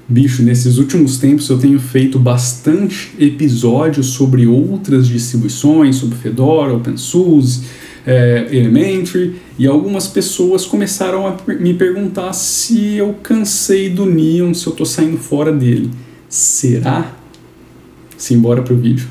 Bicho, nesses últimos tempos eu tenho feito bastante episódios sobre outras distribuições, sobre Fedora, OpenSUSE, Elementary, e algumas pessoas começaram a me perguntar se eu cansei do Neon, se eu tô saindo fora dele. Será? Simbora pro vídeo.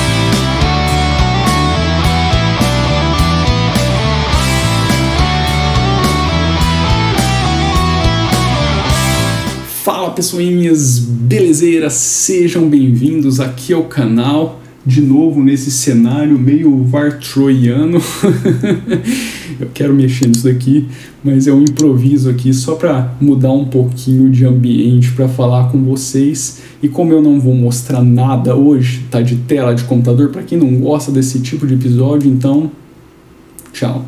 Fala pessoinhas belezeiras, sejam bem-vindos aqui ao canal, de novo nesse cenário meio vartroiano. Eu quero mexer nisso daqui, mas é um improviso aqui só para mudar um pouquinho de ambiente para falar com vocês. E como eu não vou mostrar nada hoje, tá de tela de computador, para quem não gosta desse tipo de episódio, então tchau.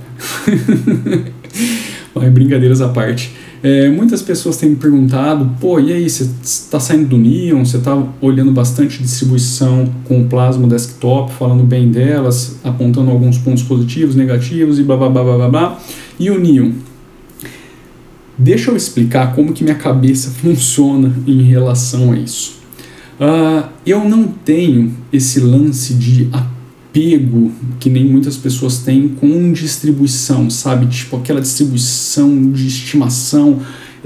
Mas brincadeiras à parte. Muitas pessoas têm me perguntado, pô, e aí, você está saindo do Neon, você está olhando bastante distribuição com o Plasma Desktop, falando bem delas, apontando alguns pontos positivos, negativos e blá blá blá blá blá, e o Neon? Deixa eu explicar como que minha cabeça funciona em relação a isso. Eu não tenho esse lance de apego que nem muitas pessoas têm com distribuição, sabe? Tipo aquela distribuição de estimação,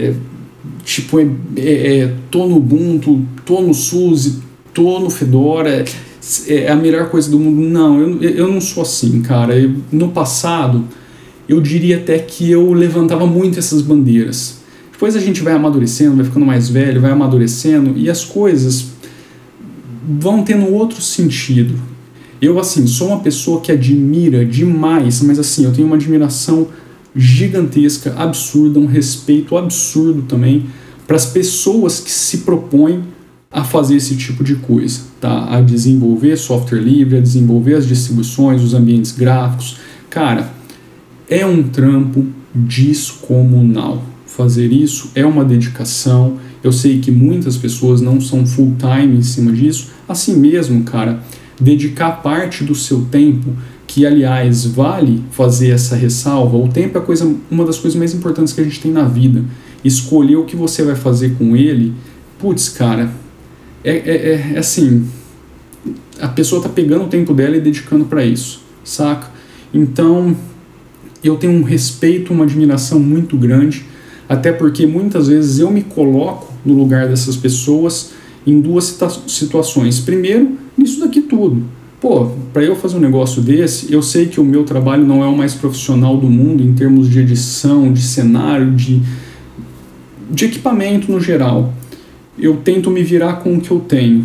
tô no Ubuntu, tô no SUSE, tô no Fedora, é a melhor coisa do mundo. Não, eu não sou assim, cara. No passado, eu diria até que eu levantava muito essas bandeiras. Depois a gente vai amadurecendo, vai ficando mais velho, vai amadurecendo e as coisas vão tendo outro sentido. Eu, assim, sou uma pessoa que admira demais, mas, assim, eu tenho uma admiração gigantesca, absurda, um respeito absurdo também para as pessoas que se propõem a fazer esse tipo de coisa, tá? A desenvolver software livre, a desenvolver as distribuições, os ambientes gráficos. Cara, é um trampo descomunal. Fazer isso é uma dedicação. Eu sei que muitas pessoas não são full time em cima disso. Assim mesmo, cara, dedicar parte do seu tempo, que aliás vale fazer essa ressalva, o tempo é uma das coisas mais importantes que a gente tem na vida. Escolher o que você vai fazer com ele, putz, cara, assim, a pessoa tá pegando o tempo dela e dedicando para isso, saca? Então, eu tenho um respeito, uma admiração muito grande, até porque muitas vezes eu me coloco no lugar dessas pessoas em duas situações. Primeiro, nisso daqui tudo. Pô, para eu fazer um negócio desse, eu sei que o meu trabalho não é o mais profissional do mundo em termos de edição, de cenário, de equipamento no geral. Eu tento me virar com o que eu tenho.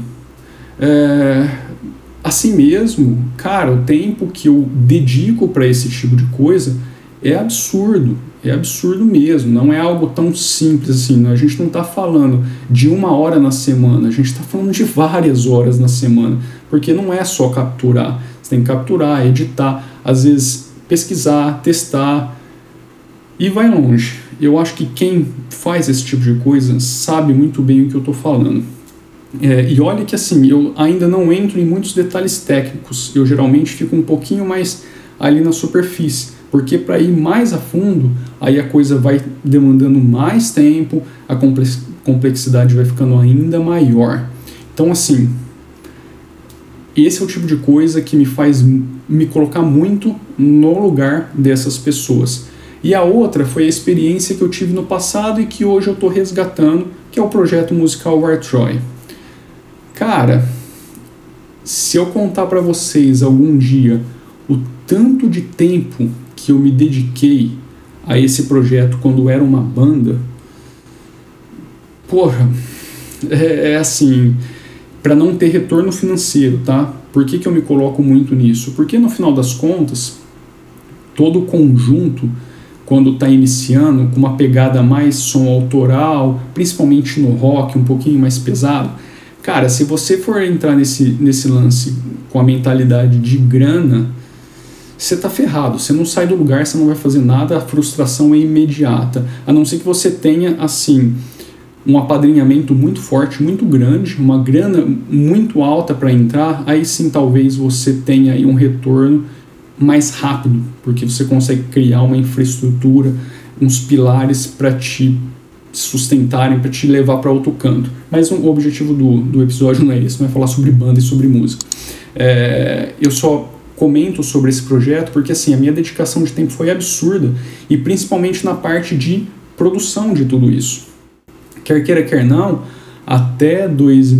Assim mesmo, cara, o tempo que eu dedico para esse tipo de coisa é absurdo mesmo, não é algo tão simples assim. A gente não está falando de 1 hora na semana, a gente está falando de várias horas na semana, porque não é só capturar, você tem que capturar, editar, às vezes pesquisar, testar e vai longe. Eu acho que quem faz esse tipo de coisa sabe muito bem o que eu estou falando. E olha que assim, eu ainda não entro em muitos detalhes técnicos, eu geralmente fico um pouquinho mais ali na superfície, porque para ir mais a fundo, aí a coisa vai demandando mais tempo, a complexidade vai ficando ainda maior. Então, assim, esse é o tipo de coisa que me faz me colocar muito no lugar dessas pessoas. E a outra foi a experiência que eu tive no passado e que hoje eu estou resgatando, que é o projeto musical Vartroy. Cara, se eu contar para vocês algum dia o tanto de tempo que eu me dediquei a esse projeto quando era uma banda, porra, assim, para não ter retorno financeiro, tá? Por que eu me coloco muito nisso? Porque no final das contas, todo o conjunto, quando está iniciando, com uma pegada mais som autoral, principalmente no rock, um pouquinho mais pesado, cara, se você for entrar nesse lance com a mentalidade de grana, você tá ferrado, você não sai do lugar, você não vai fazer nada, a frustração é imediata, a não ser que você tenha, assim, um apadrinhamento muito forte, muito grande, uma grana muito alta para entrar, aí sim talvez você tenha aí um retorno mais rápido, porque você consegue criar uma infraestrutura, uns pilares para te sustentarem, para te levar para outro canto. Mas o objetivo do episódio não é esse, não é falar sobre banda e sobre música. Eu só comento sobre esse projeto porque assim, a minha dedicação de tempo foi absurda, e principalmente na parte de produção de tudo isso. Quer queira, quer não, até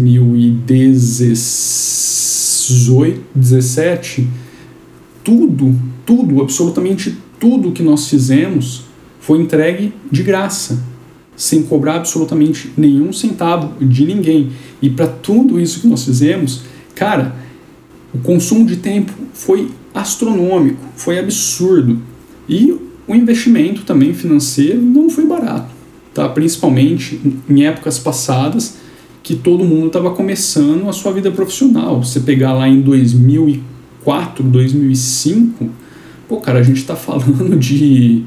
2018, 17, tudo, absolutamente tudo que nós fizemos foi entregue de graça, sem cobrar absolutamente nenhum centavo de ninguém. E para tudo isso que nós fizemos, cara, o consumo de tempo foi astronômico, foi absurdo. E o investimento também financeiro não foi barato, tá? Principalmente em épocas passadas que todo mundo estava começando a sua vida profissional. Você pegar lá em 2004, 2005, pô, cara, a gente está falando de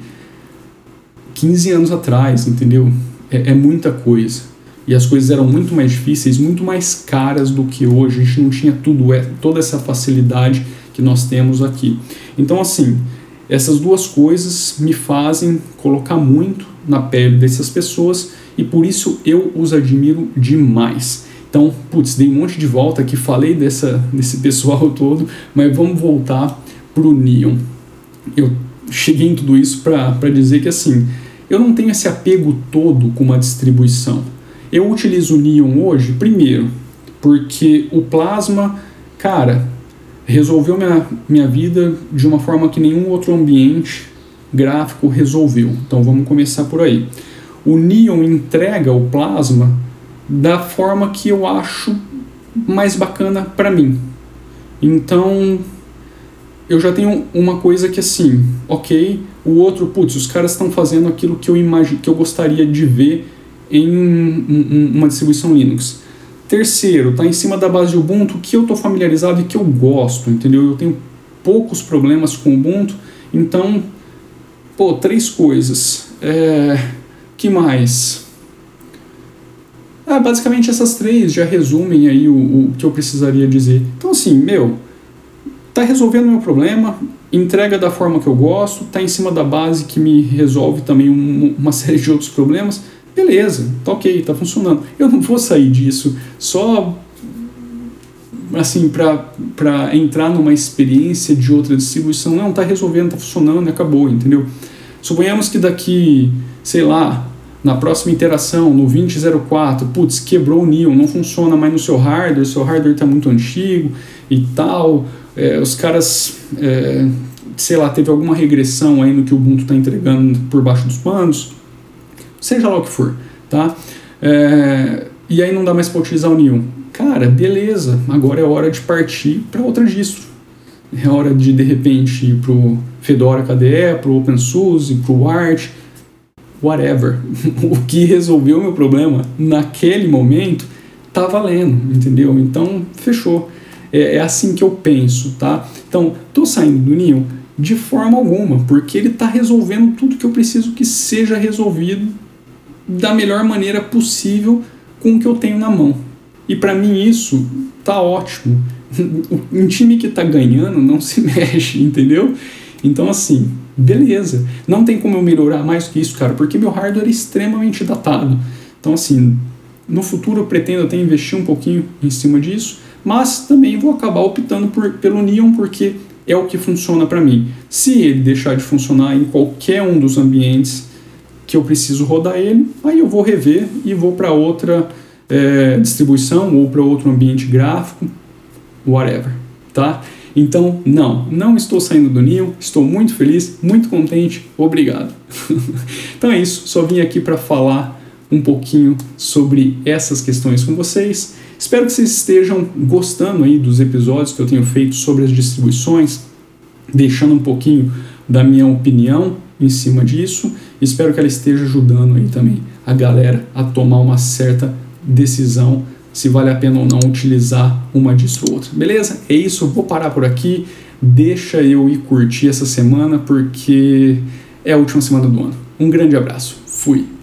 15 anos atrás, entendeu? É muita coisa. E as coisas eram muito mais difíceis, muito mais caras do que hoje. A gente não tinha toda essa facilidade que nós temos aqui. Então, assim, essas duas coisas me fazem colocar muito na pele dessas pessoas, e por isso eu os admiro demais. Então, dei um monte de volta aqui, falei desse pessoal todo, mas vamos voltar pro Neon. Eu cheguei em tudo isso para dizer que, assim, eu não tenho esse apego todo com uma distribuição. Eu utilizo o Neon hoje, primeiro, porque o Plasma, cara, resolveu minha vida de uma forma que nenhum outro ambiente gráfico resolveu. Então vamos começar por aí. O Neon entrega o Plasma da forma que eu acho mais bacana para mim. Então eu já tenho uma coisa que, assim, ok, o outro, os caras estão fazendo aquilo que eu gostaria de ver em uma distribuição Linux. Terceiro, tá em cima da base de Ubuntu, que eu tô familiarizado e que eu gosto, entendeu? Eu tenho poucos problemas com Ubuntu, então, 3 coisas. Que mais? Basicamente essas 3 já resumem aí o que eu precisaria dizer. Então, assim, tá resolvendo o meu problema, entrega da forma que eu gosto, tá em cima da base que me resolve também uma série de outros problemas. Beleza, tá ok, tá funcionando. Eu não vou sair disso só assim para entrar numa experiência de outra distribuição. Não, tá resolvendo, tá funcionando, acabou, entendeu? Suponhamos que daqui, sei lá, na próxima interação, no 2004, quebrou o Neon, não funciona mais no seu hardware tá muito antigo e tal, os caras, sei lá, teve alguma regressão aí no que o Ubuntu tá entregando por baixo dos panos, seja lá o que for, tá? E aí não dá mais para utilizar o Neon. Cara, beleza, agora é hora de partir para outra distro. É hora de repente, ir pro Fedora KDE, pro OpenSUSE, pro Arch, whatever. O que resolveu o meu problema naquele momento tá valendo, entendeu? Então, fechou. É assim que eu penso, tá? Então, tô saindo do Neon de forma alguma, porque ele tá resolvendo tudo que eu preciso que seja resolvido da melhor maneira possível com o que eu tenho na mão. E para mim isso tá ótimo. Um time que tá ganhando não se mexe, entendeu? Então, assim, beleza. Não tem como eu melhorar mais do que isso, cara, porque meu hardware é extremamente datado. Então, assim, no futuro eu pretendo até investir um pouquinho em cima disso, mas também vou acabar optando pelo Neon porque é o que funciona para mim. Se ele deixar de funcionar em qualquer um dos ambientes que eu preciso rodar ele, aí eu vou rever e vou para outra distribuição ou para outro ambiente gráfico, whatever, tá? Então, não estou saindo do Neon, estou muito feliz, muito contente, obrigado. Então é isso, só vim aqui para falar um pouquinho sobre essas questões com vocês. Espero que vocês estejam gostando aí dos episódios que eu tenho feito sobre as distribuições, deixando um pouquinho da minha opinião em cima disso. Espero que ela esteja ajudando aí também a galera a tomar uma certa decisão se vale a pena ou não utilizar uma distro ou outra. Beleza? É isso, vou parar por aqui. Deixa eu ir curtir essa semana porque é a última semana do ano. Um grande abraço. Fui!